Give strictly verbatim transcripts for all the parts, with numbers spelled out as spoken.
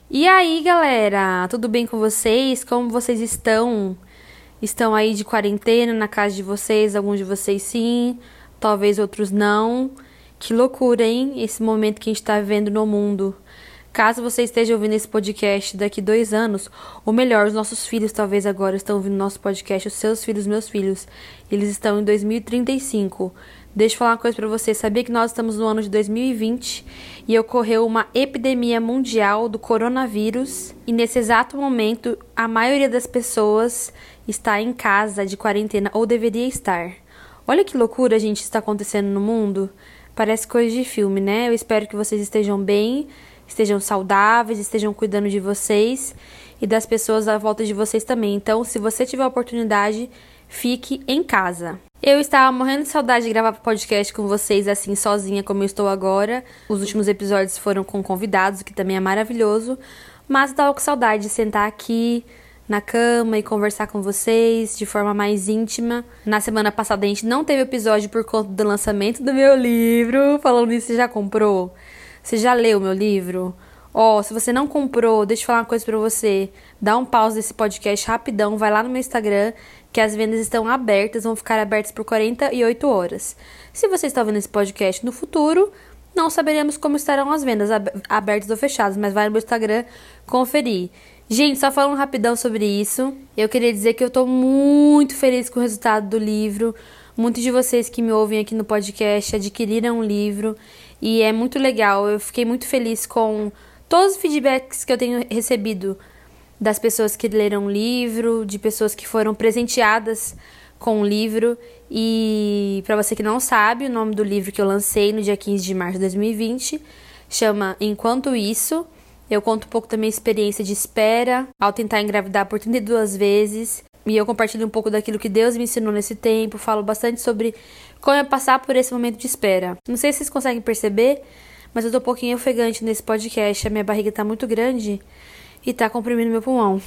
E aí, galera, tudo bem com vocês? Como vocês estão? Estão aí de quarentena na casa de vocês? Alguns de vocês sim, talvez outros não. Que loucura, hein? Esse momento que a gente tá vivendo no mundo. Caso você esteja ouvindo esse podcast daqui dois anos, ou melhor, os nossos filhos talvez agora estão ouvindo nosso podcast, os seus filhos, meus filhos, eles estão em dois mil e trinta e cinco. Deixa eu falar uma coisa pra você, sabia que nós estamos no ano de dois mil e vinte e ocorreu uma epidemia mundial do coronavírus e nesse exato momento a maioria das pessoas está em casa de quarentena ou deveria estar. Olha que loucura, gente, está acontecendo no mundo. Parece coisa de filme, né? Eu espero que vocês estejam bem, estejam saudáveis, estejam cuidando de vocês e das pessoas à volta de vocês também. Então, se você tiver a oportunidade, fique em casa. Eu estava morrendo de saudade de gravar podcast com vocês assim, sozinha como eu estou agora. Os últimos episódios foram com convidados, o que também é maravilhoso. Mas eu estava com saudade de sentar aqui na cama e conversar com vocês de forma mais íntima. Na semana passada a gente não teve episódio por conta do lançamento do meu livro. Falando nisso, você já comprou? Você já leu meu livro? Ó, oh, se você não comprou, deixa eu falar uma coisa pra você. Dá um pause desse podcast rapidão, vai lá no meu Instagram, que as vendas estão abertas, vão ficar abertas por quarenta e oito horas. Se você está ouvindo esse podcast no futuro, não saberemos como estarão as vendas abertas ou fechadas, mas vai no meu Instagram conferir. Gente, só falando rapidão sobre isso, eu queria dizer que eu tô muito feliz com o resultado do livro. Muitos de vocês que me ouvem aqui no podcast adquiriram o livro e é muito legal. Eu fiquei muito feliz com todos os feedbacks que eu tenho recebido das pessoas que leram o livro, de pessoas que foram presenteadas com o livro. E para você que não sabe, o nome do livro que eu lancei no dia quinze de março de dois mil e vinte chama Enquanto Isso. Eu conto um pouco da minha experiência de espera ao tentar engravidar por trinta e duas vezes. E eu compartilho um pouco daquilo que Deus me ensinou nesse tempo. Falo bastante sobre como é passar por esse momento de espera. Não sei se vocês conseguem perceber, mas eu tô um pouquinho ofegante nesse podcast. A minha barriga tá muito grande e tá comprimindo meu pulmão.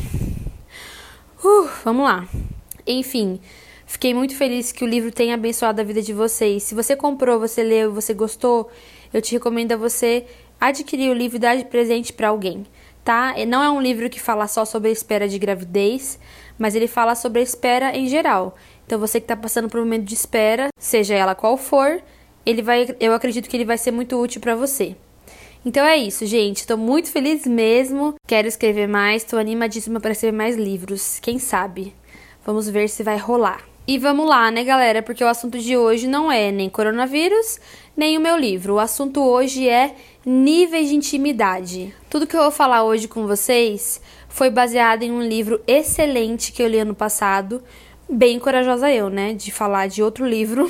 Uh, vamos lá. Enfim, fiquei muito feliz que o livro tenha abençoado a vida de vocês. Se você comprou, você leu e você gostou, eu te recomendo a você adquirir o livro e dar de presente para alguém, tá? Não é um livro que fala só sobre a espera de gravidez, mas ele fala sobre a espera em geral. Então você que tá passando por um momento de espera, seja ela qual for, ele vai, eu acredito que ele vai ser muito útil para você. Então é isso, gente. Tô muito feliz mesmo. Quero escrever mais. Tô animadíssima para escrever mais livros. Quem sabe? Vamos ver se vai rolar. E vamos lá, né, galera? Porque o assunto de hoje não é nem coronavírus, nem o meu livro. O assunto hoje é níveis de intimidade. Tudo que eu vou falar hoje com vocês foi baseado em um livro excelente que eu li ano passado. Bem corajosa eu, né? De falar de outro livro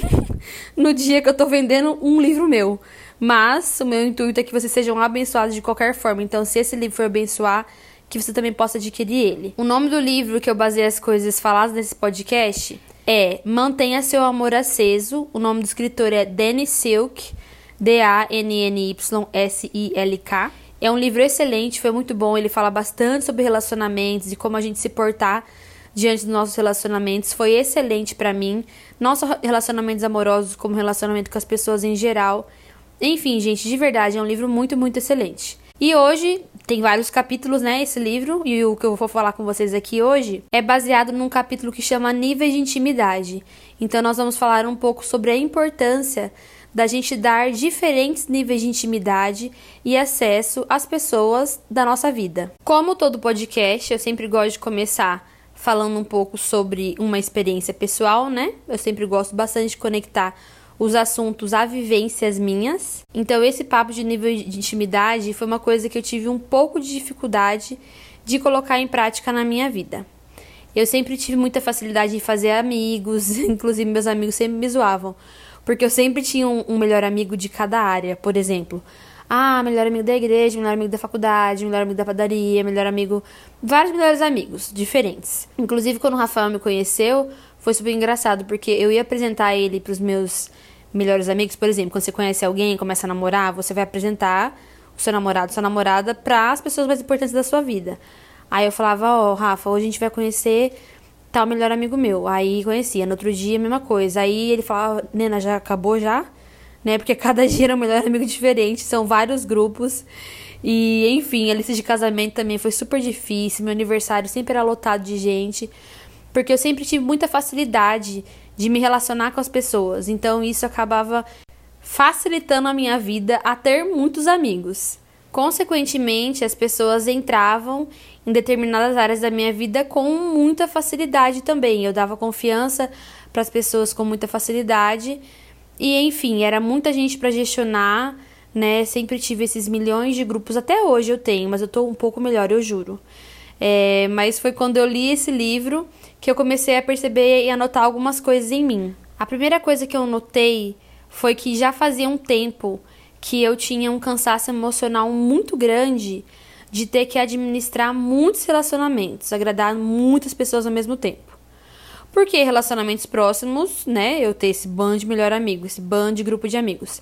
no dia que eu tô vendendo um livro meu. Mas o meu intuito é que vocês sejam abençoados de qualquer forma. Então, se esse livro for abençoar, que você também possa adquirir ele. O nome do livro que eu baseei as coisas faladas nesse podcast é Mantenha Seu Amor Aceso. O nome do escritor é Danny Silk, D A N N Y S I L K. É um livro excelente, foi muito bom. Ele fala bastante sobre relacionamentos e como a gente se portar diante dos nossos relacionamentos. Foi excelente pra mim. Não só relacionamentos amorosos, como relacionamento com as pessoas em geral. Enfim, gente, de verdade, é um livro muito, muito excelente. E hoje, tem vários capítulos, né, esse livro, e o que eu vou falar com vocês aqui hoje é baseado num capítulo que chama Níveis de Intimidade. Então, nós vamos falar um pouco sobre a importância da gente dar diferentes níveis de intimidade e acesso às pessoas da nossa vida. Como todo podcast, eu sempre gosto de começar falando um pouco sobre uma experiência pessoal, né? Eu sempre gosto bastante de conectar os assuntos a vivências minhas. Então, esse papo de nível de intimidade foi uma coisa que eu tive um pouco de dificuldade de colocar em prática na minha vida. Eu sempre tive muita facilidade em fazer amigos, inclusive meus amigos sempre me zoavam, porque eu sempre tinha um, um melhor amigo de cada área, por exemplo. Ah, melhor amigo da igreja, melhor amigo da faculdade, melhor amigo da padaria, melhor amigo... Vários melhores amigos, diferentes. Inclusive, quando o Rafael me conheceu, foi super engraçado, porque eu ia apresentar ele pros meus melhores amigos. Por exemplo, quando você conhece alguém, começa a namorar, você vai apresentar o seu namorado, sua namorada, para as pessoas mais importantes da sua vida. Aí eu falava, ó, oh, Rafa, hoje a gente vai conhecer tal melhor amigo meu. Aí conhecia, no outro dia a mesma coisa. Aí ele falava, Nena, já acabou já? Né? Porque cada dia era um melhor amigo diferente, são vários grupos. E, enfim, a lista de casamento também foi super difícil. Meu aniversário sempre era lotado de gente, porque eu sempre tive muita facilidade de me relacionar com as pessoas. Então, isso acabava facilitando a minha vida a ter muitos amigos. Consequentemente, as pessoas entravam em determinadas áreas da minha vida com muita facilidade também. Eu dava confiança para as pessoas com muita facilidade. E, enfim, era muita gente para gestionar, né? Sempre tive esses milhões de grupos. Até hoje eu tenho, mas eu tô um pouco melhor, eu juro. É, mas foi quando eu li esse livro que eu comecei a perceber e anotar algumas coisas em mim. A primeira coisa que eu notei foi que já fazia um tempo que eu tinha um cansaço emocional muito grande de ter que administrar muitos relacionamentos, agradar muitas pessoas ao mesmo tempo. Porque relacionamentos próximos, né, eu ter esse bando de melhor amigo, esse bando de grupo de amigos,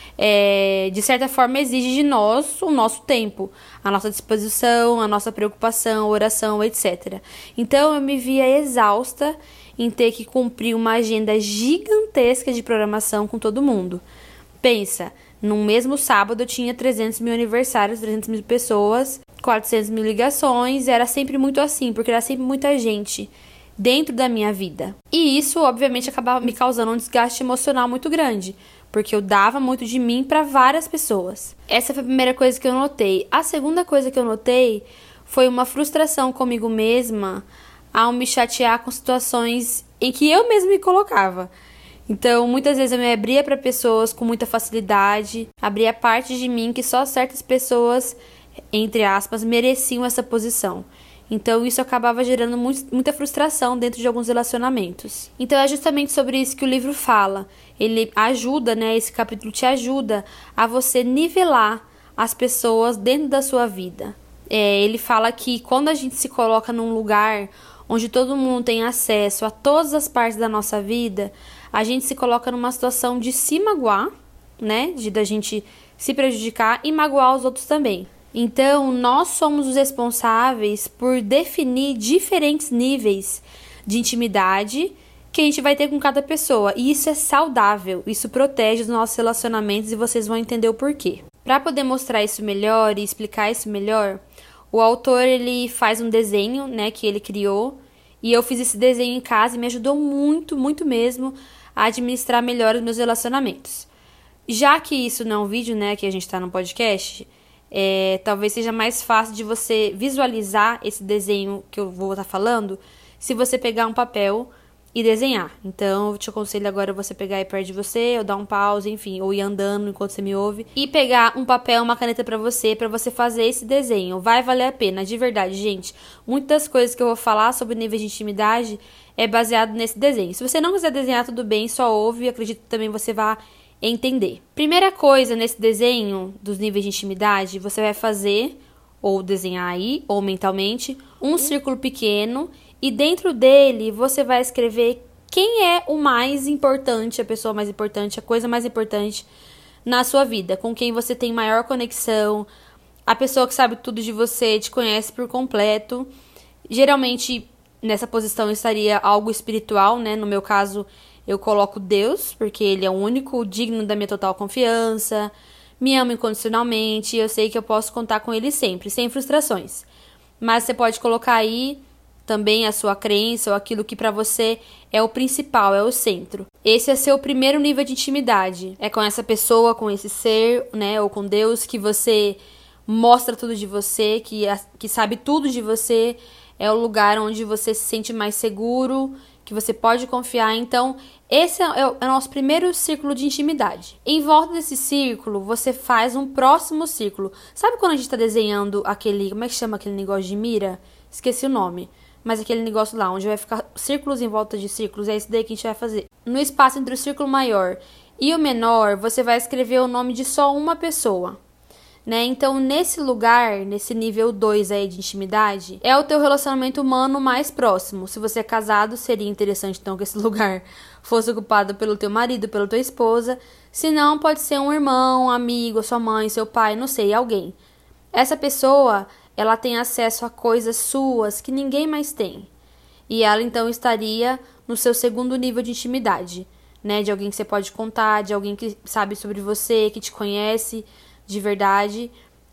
é, de certa forma exige de nós o nosso tempo, a nossa disposição, a nossa preocupação, oração, etcétera. Então eu me via exausta em ter que cumprir uma agenda gigantesca de programação com todo mundo. Pensa, no mesmo sábado eu tinha trezentos mil aniversários, trezentas mil pessoas, quatrocentas mil ligações, era sempre muito assim, porque era sempre muita gente dentro da minha vida. E isso, obviamente, acabava me causando um desgaste emocional muito grande, porque eu dava muito de mim para várias pessoas. Essa foi a primeira coisa que eu notei. A segunda coisa que eu notei foi uma frustração comigo mesma ao me chatear com situações em que eu mesma me colocava. Então, muitas vezes eu me abria para pessoas com muita facilidade, abria partes de mim que só certas pessoas, entre aspas, mereciam essa posição. Então, isso acabava gerando muito, muita frustração dentro de alguns relacionamentos. Então, é justamente sobre isso que o livro fala. Ele ajuda, né? Esse capítulo te ajuda a você nivelar as pessoas dentro da sua vida. É, ele fala que quando a gente se coloca num lugar onde todo mundo tem acesso a todas as partes da nossa vida, a gente se coloca numa situação de se magoar, né? De da gente se prejudicar e magoar os outros também. Então, nós somos os responsáveis por definir diferentes níveis de intimidade que a gente vai ter com cada pessoa. E isso é saudável, isso protege os nossos relacionamentos e vocês vão entender o porquê. Para poder mostrar isso melhor e explicar isso melhor, o autor ele faz um desenho, né, que ele criou, e eu fiz esse desenho em casa e me ajudou muito, muito mesmo a administrar melhor os meus relacionamentos. Já que isso não é um vídeo, né, que a gente está no podcast, é, talvez seja mais fácil de você visualizar esse desenho que eu vou estar falando se você pegar um papel e desenhar. Então, eu te aconselho agora você pegar aí perto de você, ou dar um pause, enfim, ou ir andando enquanto você me ouve, e pegar um papel, uma caneta pra você, pra você fazer esse desenho. Vai valer a pena, de verdade, gente. Muitas das coisas que eu vou falar sobre níveis de intimidade é baseado nesse desenho. Se você não quiser desenhar, tudo bem, só ouve, e acredito que também você vai entender. Primeira coisa nesse desenho dos níveis de intimidade, você vai fazer, ou desenhar aí, ou mentalmente, um círculo pequeno, e dentro dele você vai escrever quem é o mais importante, a pessoa mais importante, a coisa mais importante na sua vida, com quem você tem maior conexão, a pessoa que sabe tudo de você, te conhece por completo. Geralmente nessa posição estaria algo espiritual, né? No meu caso, eu coloco Deus, porque ele é o único digno da minha total confiança, me ama incondicionalmente, eu sei que eu posso contar com ele sempre, sem frustrações. Mas você pode colocar aí também a sua crença ou aquilo que pra você é o principal, é o centro. Esse é seu primeiro nível de intimidade. É com essa pessoa, com esse ser, né, ou com Deus, que você mostra tudo de você, que, que sabe tudo de você. É o lugar onde você se sente mais seguro, que você pode confiar. Então, esse é o, é o nosso primeiro círculo de intimidade. Em volta desse círculo, você faz um próximo círculo. Sabe quando a gente tá desenhando aquele... Como é que chama aquele negócio de mira? Esqueci o nome. Mas aquele negócio lá, onde vai ficar círculos em volta de círculos, é isso daí que a gente vai fazer. No espaço entre o círculo maior e o menor, você vai escrever o nome de só uma pessoa, né? Então, nesse lugar, nesse nível dois aí de intimidade, é o teu relacionamento humano mais próximo. Se você é casado, seria interessante, então, que esse lugar fosse ocupado pelo teu marido, pela tua esposa. Se não, pode ser um irmão, um amigo, sua mãe, seu pai, não sei, alguém. Essa pessoa... ela tem acesso a coisas suas que ninguém mais tem. E ela, então, estaria no seu segundo nível de intimidade, né? De alguém que você pode contar, de alguém que sabe sobre você, que te conhece de verdade.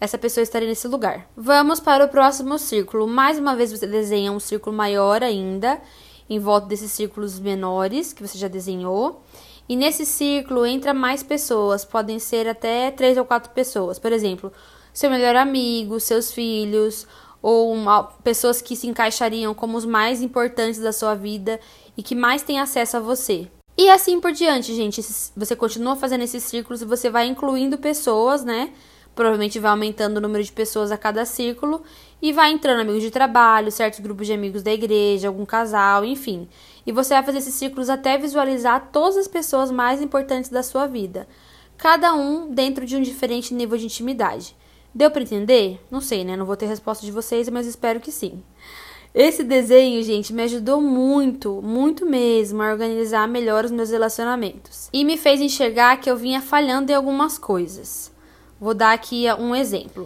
essa pessoa estaria nesse lugar. Vamos para o próximo círculo. Mais uma vez você desenha um círculo maior ainda, em volta desses círculos menores que você já desenhou. E nesse círculo entra mais pessoas, podem ser até três ou quatro pessoas. Por exemplo, seu melhor amigo, seus filhos, ou uma, pessoas que se encaixariam como os mais importantes da sua vida e que mais têm acesso a você. E assim por diante, gente. Você continua fazendo esses círculos e você vai incluindo pessoas, né? Provavelmente vai aumentando o número de pessoas a cada círculo e vai entrando amigos de trabalho, certos grupos de amigos da igreja, algum casal, enfim. E você vai fazer esses círculos até visualizar todas as pessoas mais importantes da sua vida. Cada um dentro de um diferente nível de intimidade. Deu para entender? Não sei, né? Não vou ter resposta de vocês, mas espero que sim. Esse desenho, gente, me ajudou muito, muito mesmo a organizar melhor os meus relacionamentos. E me fez enxergar que eu vinha falhando em algumas coisas. Vou dar aqui um exemplo.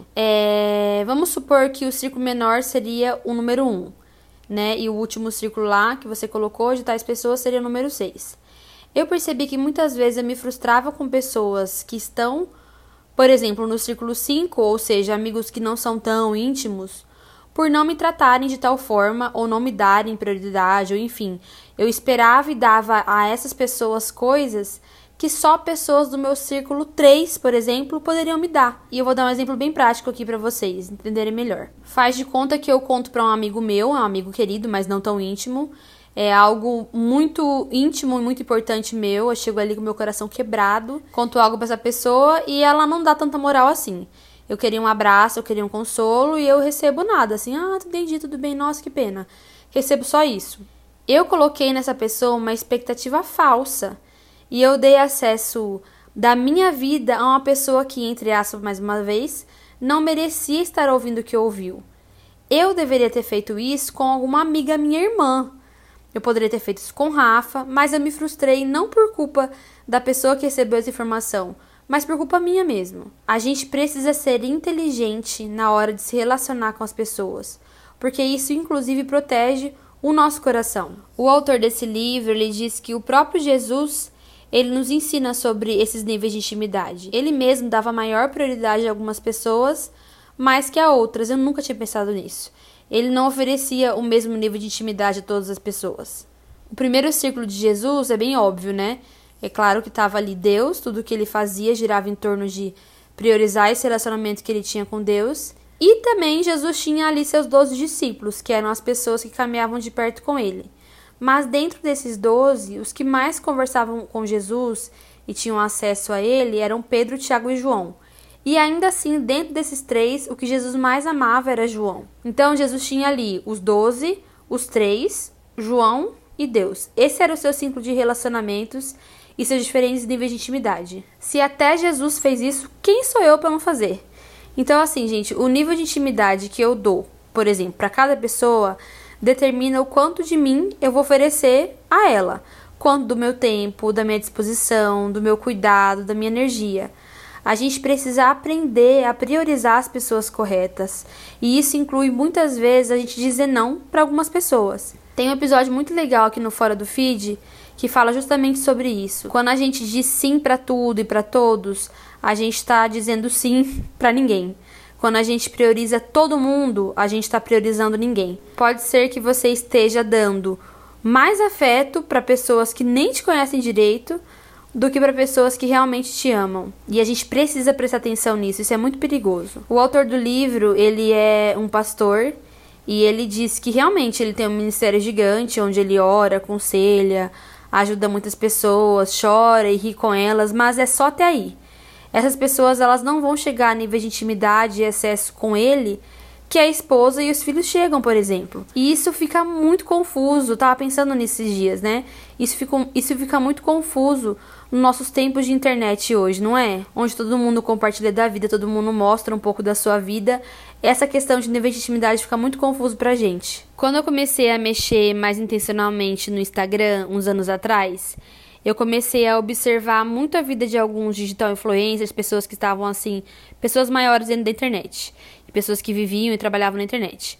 É, vamos supor que o círculo menor seria o número um, né? E o último círculo lá que você colocou de tais pessoas seria o número seis. Eu percebi que muitas vezes eu me frustrava com pessoas que estão, por exemplo, no círculo cinco, ou seja, amigos que não são tão íntimos, por não me tratarem de tal forma ou não me darem prioridade, ou enfim, eu esperava e dava a essas pessoas coisas que só pessoas do meu círculo três, por exemplo, poderiam me dar. E eu vou dar um exemplo bem prático aqui pra vocês entenderem melhor. Faz de conta que eu conto pra um amigo meu, um amigo querido, mas não tão íntimo, é algo muito íntimo e muito importante meu. Eu chego ali com meu coração quebrado, conto algo pra essa pessoa e ela não dá tanta moral assim. Eu queria um abraço, eu queria um consolo e eu recebo nada, assim, ah, entendi, tudo bem, nossa, que pena. Recebo só isso. Eu coloquei nessa pessoa uma expectativa falsa e eu dei acesso da minha vida a uma pessoa que, entre aspas, mais uma vez, não merecia estar ouvindo o que ouviu. Eu deveria ter feito isso com alguma amiga minha irmã. Eu poderia ter feito isso com Rafa, mas eu me frustrei não por culpa da pessoa que recebeu essa informação, mas por culpa minha mesmo. A gente precisa ser inteligente na hora de se relacionar com as pessoas, porque isso inclusive protege o nosso coração. O autor desse livro, ele diz que o próprio Jesus, ele nos ensina sobre esses níveis de intimidade. Ele mesmo dava maior prioridade a algumas pessoas, mais que a outras. Eu nunca tinha pensado nisso. Ele não oferecia o mesmo nível de intimidade a todas as pessoas. O primeiro círculo de Jesus é bem óbvio, né? É claro que estava ali Deus, tudo que ele fazia girava em torno de priorizar esse relacionamento que ele tinha com Deus. E também Jesus tinha ali seus doze discípulos, que eram as pessoas que caminhavam de perto com ele. Mas dentro desses doze, os que mais conversavam com Jesus e tinham acesso a ele eram Pedro, Tiago e João. E ainda assim, dentro desses três, o que Jesus mais amava era João. Então Jesus tinha ali os doze, os três, João e Deus. Esse era o seu ciclo de relacionamentos e seus diferentes níveis de intimidade. Se até Jesus fez isso, quem sou eu para não fazer? Então assim, gente, o nível de intimidade que eu dou, por exemplo, para cada pessoa, determina o quanto de mim eu vou oferecer a ela. Quanto do meu tempo, da minha disposição, do meu cuidado, da minha energia. A gente precisa aprender a priorizar as pessoas corretas. E isso inclui muitas vezes a gente dizer não para algumas pessoas. Tem um episódio muito legal aqui no Fora do Feed que fala justamente sobre isso. Quando a gente diz sim para tudo e para todos, a gente está dizendo sim para ninguém. Quando a gente prioriza todo mundo, a gente está priorizando ninguém. Pode ser que você esteja dando mais afeto para pessoas que nem te conhecem direito do que para pessoas que realmente te amam. E a gente precisa prestar atenção nisso, isso é muito perigoso. O autor do livro, ele é um pastor e ele diz que realmente ele tem um ministério gigante, onde ele ora, aconselha, ajuda muitas pessoas, chora e ri com elas, mas é só até aí. Essas pessoas, elas não vão chegar a nível de intimidade e excesso com ele que a esposa e os filhos chegam, por exemplo. E isso fica muito confuso, eu tava pensando nesses dias, né? Isso fica, isso fica muito confuso nos nossos tempos de internet hoje, não é? Onde todo mundo compartilha da vida, todo mundo mostra um pouco da sua vida. Essa questão de nível de intimidade fica muito confuso pra gente. Quando eu comecei a mexer mais intencionalmente no Instagram, uns anos atrás, eu comecei a observar muito a vida de alguns digital influencers, pessoas que estavam assim, pessoas maiores dentro da internet, pessoas que viviam e trabalhavam na internet.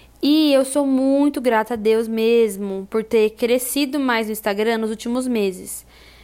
E eu sou muito grata a Deus mesmo por ter crescido mais no Instagram nos últimos meses.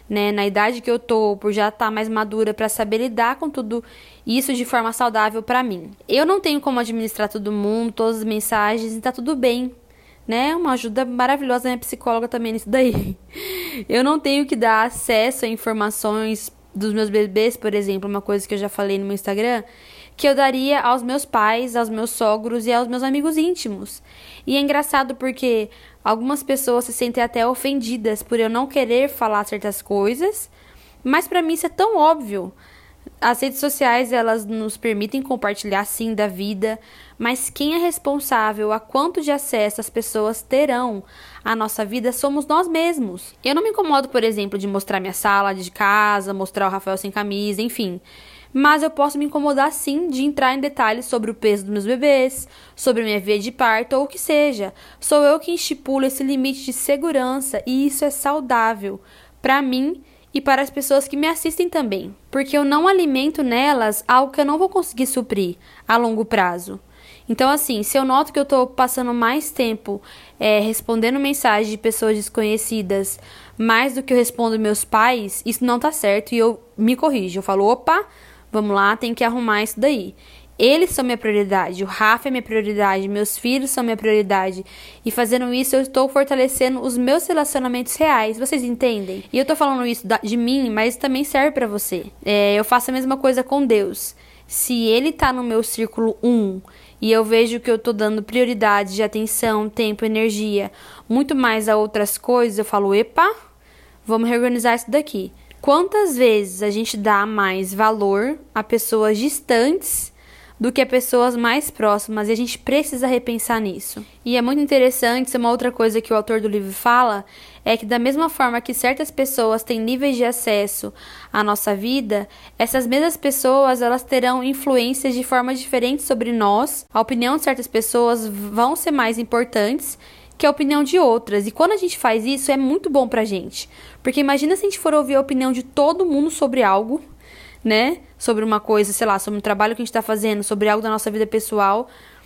né, na idade que eu tô, por já estar mais madura para saber lidar com tudo isso de forma saudável para mim. Eu não tenho como administrar todo mundo, todas as mensagens, e tá tudo bem, né? Uma ajuda maravilhosa da minha psicóloga também nisso daí. Eu não tenho que dar acesso a informações dos meus bebês, por exemplo, uma coisa que eu já falei no meu Instagram, que eu daria aos meus pais, aos meus sogros e aos meus amigos íntimos. E é engraçado porque algumas pessoas se sentem até ofendidas por eu não querer falar certas coisas, mas para mim isso é tão óbvio. As redes sociais, elas nos permitem compartilhar sim da vida, mas quem é responsável a quanto de acesso as pessoas terão à nossa vida somos nós mesmos. Eu não me incomodo, por exemplo, de mostrar minha sala de casa, mostrar o Rafael sem camisa, enfim. Mas eu posso me incomodar sim de entrar em detalhes sobre o peso dos meus bebês, sobre a minha via de parto ou o que seja. Sou eu que estipulo esse limite de segurança e isso é saudável para mim e para as pessoas que me assistem também, porque eu não alimento nelas algo que eu não vou conseguir suprir a longo prazo. Então, assim, se eu noto que eu tô passando mais tempo é, respondendo mensagem de pessoas desconhecidas, mais do que eu respondo meus pais, isso não tá certo e eu me corrijo. Eu falo, opa, vamos lá, tem que arrumar isso daí. Eles são minha prioridade, o Rafa é minha prioridade, meus filhos são minha prioridade. E fazendo isso, eu estou fortalecendo os meus relacionamentos reais. Vocês entendem? E eu tô falando isso de mim, mas também serve pra você. É, eu faço a mesma coisa com Deus. Se Ele tá no meu círculo um e eu vejo que eu tô dando prioridade de atenção, tempo, energia, muito mais a outras coisas, eu falo, epa, vamos reorganizar isso daqui. Quantas vezes a gente dá mais valor a pessoas distantes do que a pessoas mais próximas, e a gente precisa repensar nisso. E é muito interessante, uma outra coisa que o autor do livro fala, é que da mesma forma que certas pessoas têm níveis de acesso à nossa vida, essas mesmas pessoas, elas terão influências de forma diferente sobre nós. A opinião de certas pessoas vão ser mais importantes que a opinião de outras, e quando a gente faz isso, é muito bom pra gente, porque imagina se a gente for ouvir a opinião de todo mundo sobre algo, né, sobre uma coisa, sei lá, sobre um trabalho que a gente tá fazendo, sobre algo da nossa vida pessoal,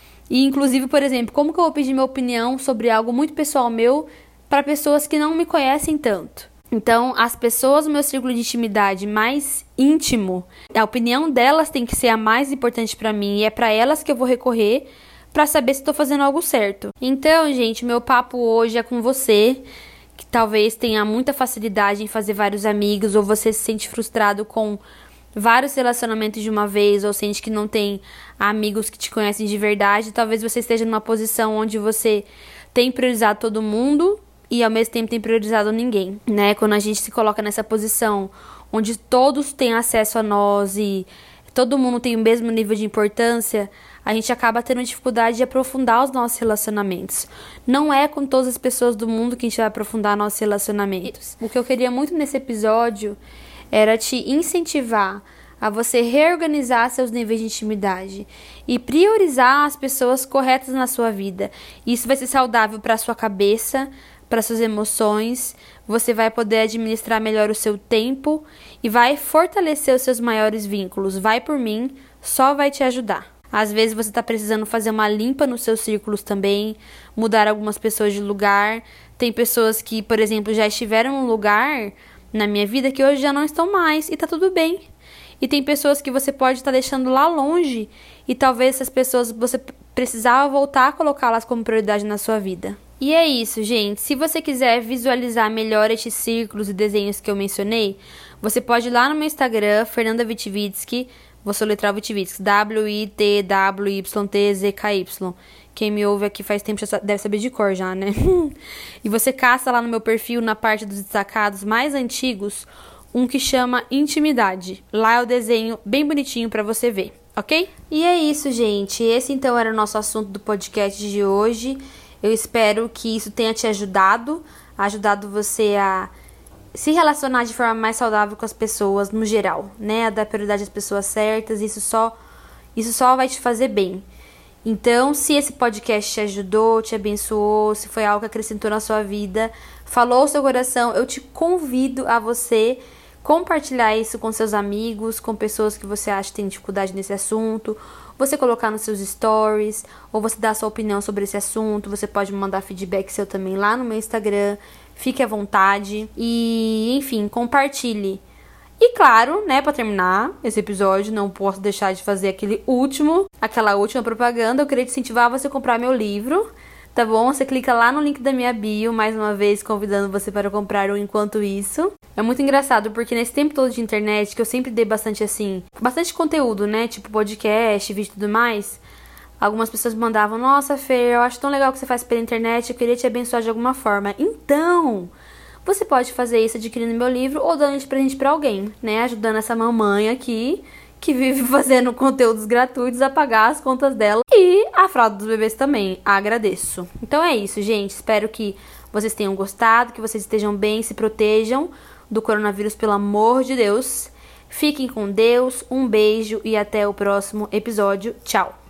e inclusive, por exemplo, como que eu vou pedir minha opinião sobre algo muito pessoal meu para pessoas que não me conhecem tanto? Então, as pessoas do meu círculo de intimidade mais íntimo, a opinião delas tem que ser a mais importante para mim, e é para elas que eu vou recorrer para saber se estou fazendo algo certo. Então, gente, meu papo hoje é com você, que talvez tenha muita facilidade em fazer vários amigos, ou você se sente frustrado com vários relacionamentos de uma vez, ou sente que não tem amigos que te conhecem de verdade. Talvez você esteja numa posição onde você tem priorizado todo mundo e ao mesmo tempo tem priorizado ninguém, né? Quando a gente se coloca nessa posição onde todos têm acesso a nós e todo mundo tem o mesmo nível de importância, a gente acaba tendo dificuldade de aprofundar os nossos relacionamentos. Não é com todas as pessoas do mundo que a gente vai aprofundar nossos relacionamentos. O que eu queria muito nesse episódio era te incentivar a você reorganizar seus níveis de intimidade e priorizar as pessoas corretas na sua vida. Isso vai ser saudável para a sua cabeça, para suas emoções, você vai poder administrar melhor o seu tempo e vai fortalecer os seus maiores vínculos. Vai por mim, só vai te ajudar. Às vezes você está precisando fazer uma limpa nos seus círculos também, mudar algumas pessoas de lugar. Tem pessoas que, por exemplo, já estiveram num lugar na minha vida que hoje já não estão mais e tá tudo bem. E tem pessoas que você pode estar deixando lá longe e talvez essas pessoas você precisava voltar a colocá-las como prioridade na sua vida. E é isso, gente. Se você quiser visualizar melhor estes círculos e desenhos que eu mencionei, você pode ir lá no meu Instagram, Fernanda Witwicki, vou soletrar o Witwicki, W I T W Y T Z K Y. Quem me ouve aqui faz tempo já deve saber de cor já, né? E você caça lá no meu perfil, na parte dos destacados mais antigos, um que chama Intimidade. Lá eu desenho bem bonitinho pra você ver, ok? E é isso, gente. Esse então era o nosso assunto do podcast de hoje. Eu espero que isso tenha te ajudado, ajudado você a se relacionar de forma mais saudável com as pessoas no geral, né? A dar prioridade às pessoas certas, isso só, isso só vai te fazer bem. Então, se esse podcast te ajudou, te abençoou, se foi algo que acrescentou na sua vida, falou ao seu coração, eu te convido a você compartilhar isso com seus amigos, com pessoas que você acha que tem dificuldade nesse assunto, você colocar nos seus stories, ou você dar a sua opinião sobre esse assunto. Você pode me mandar feedback seu também lá no meu Instagram, Fique à vontade e, enfim, compartilhe. E claro, né, pra terminar esse episódio, não posso deixar de fazer aquele último, aquela última propaganda. Eu queria te incentivar a você comprar meu livro, tá bom? Você clica lá no link da minha bio, mais uma vez convidando você para comprar o Enquanto Isso. É muito engraçado, porque nesse tempo todo de internet, que eu sempre dei bastante assim, bastante conteúdo, né, tipo podcast, vídeo e tudo mais, algumas pessoas me mandavam, nossa, Fer, eu acho tão legal o que você faz pela internet, eu queria te abençoar de alguma forma. Então, você pode fazer isso adquirindo meu livro ou dando de presente pra alguém, né? Ajudando essa mamãe aqui, que vive fazendo conteúdos gratuitos, a pagar as contas dela. E a fralda dos bebês também. Agradeço. Então é isso, gente. Espero que vocês tenham gostado, que vocês estejam bem, se protejam do coronavírus, pelo amor de Deus. Fiquem com Deus, um beijo e até o próximo episódio. Tchau!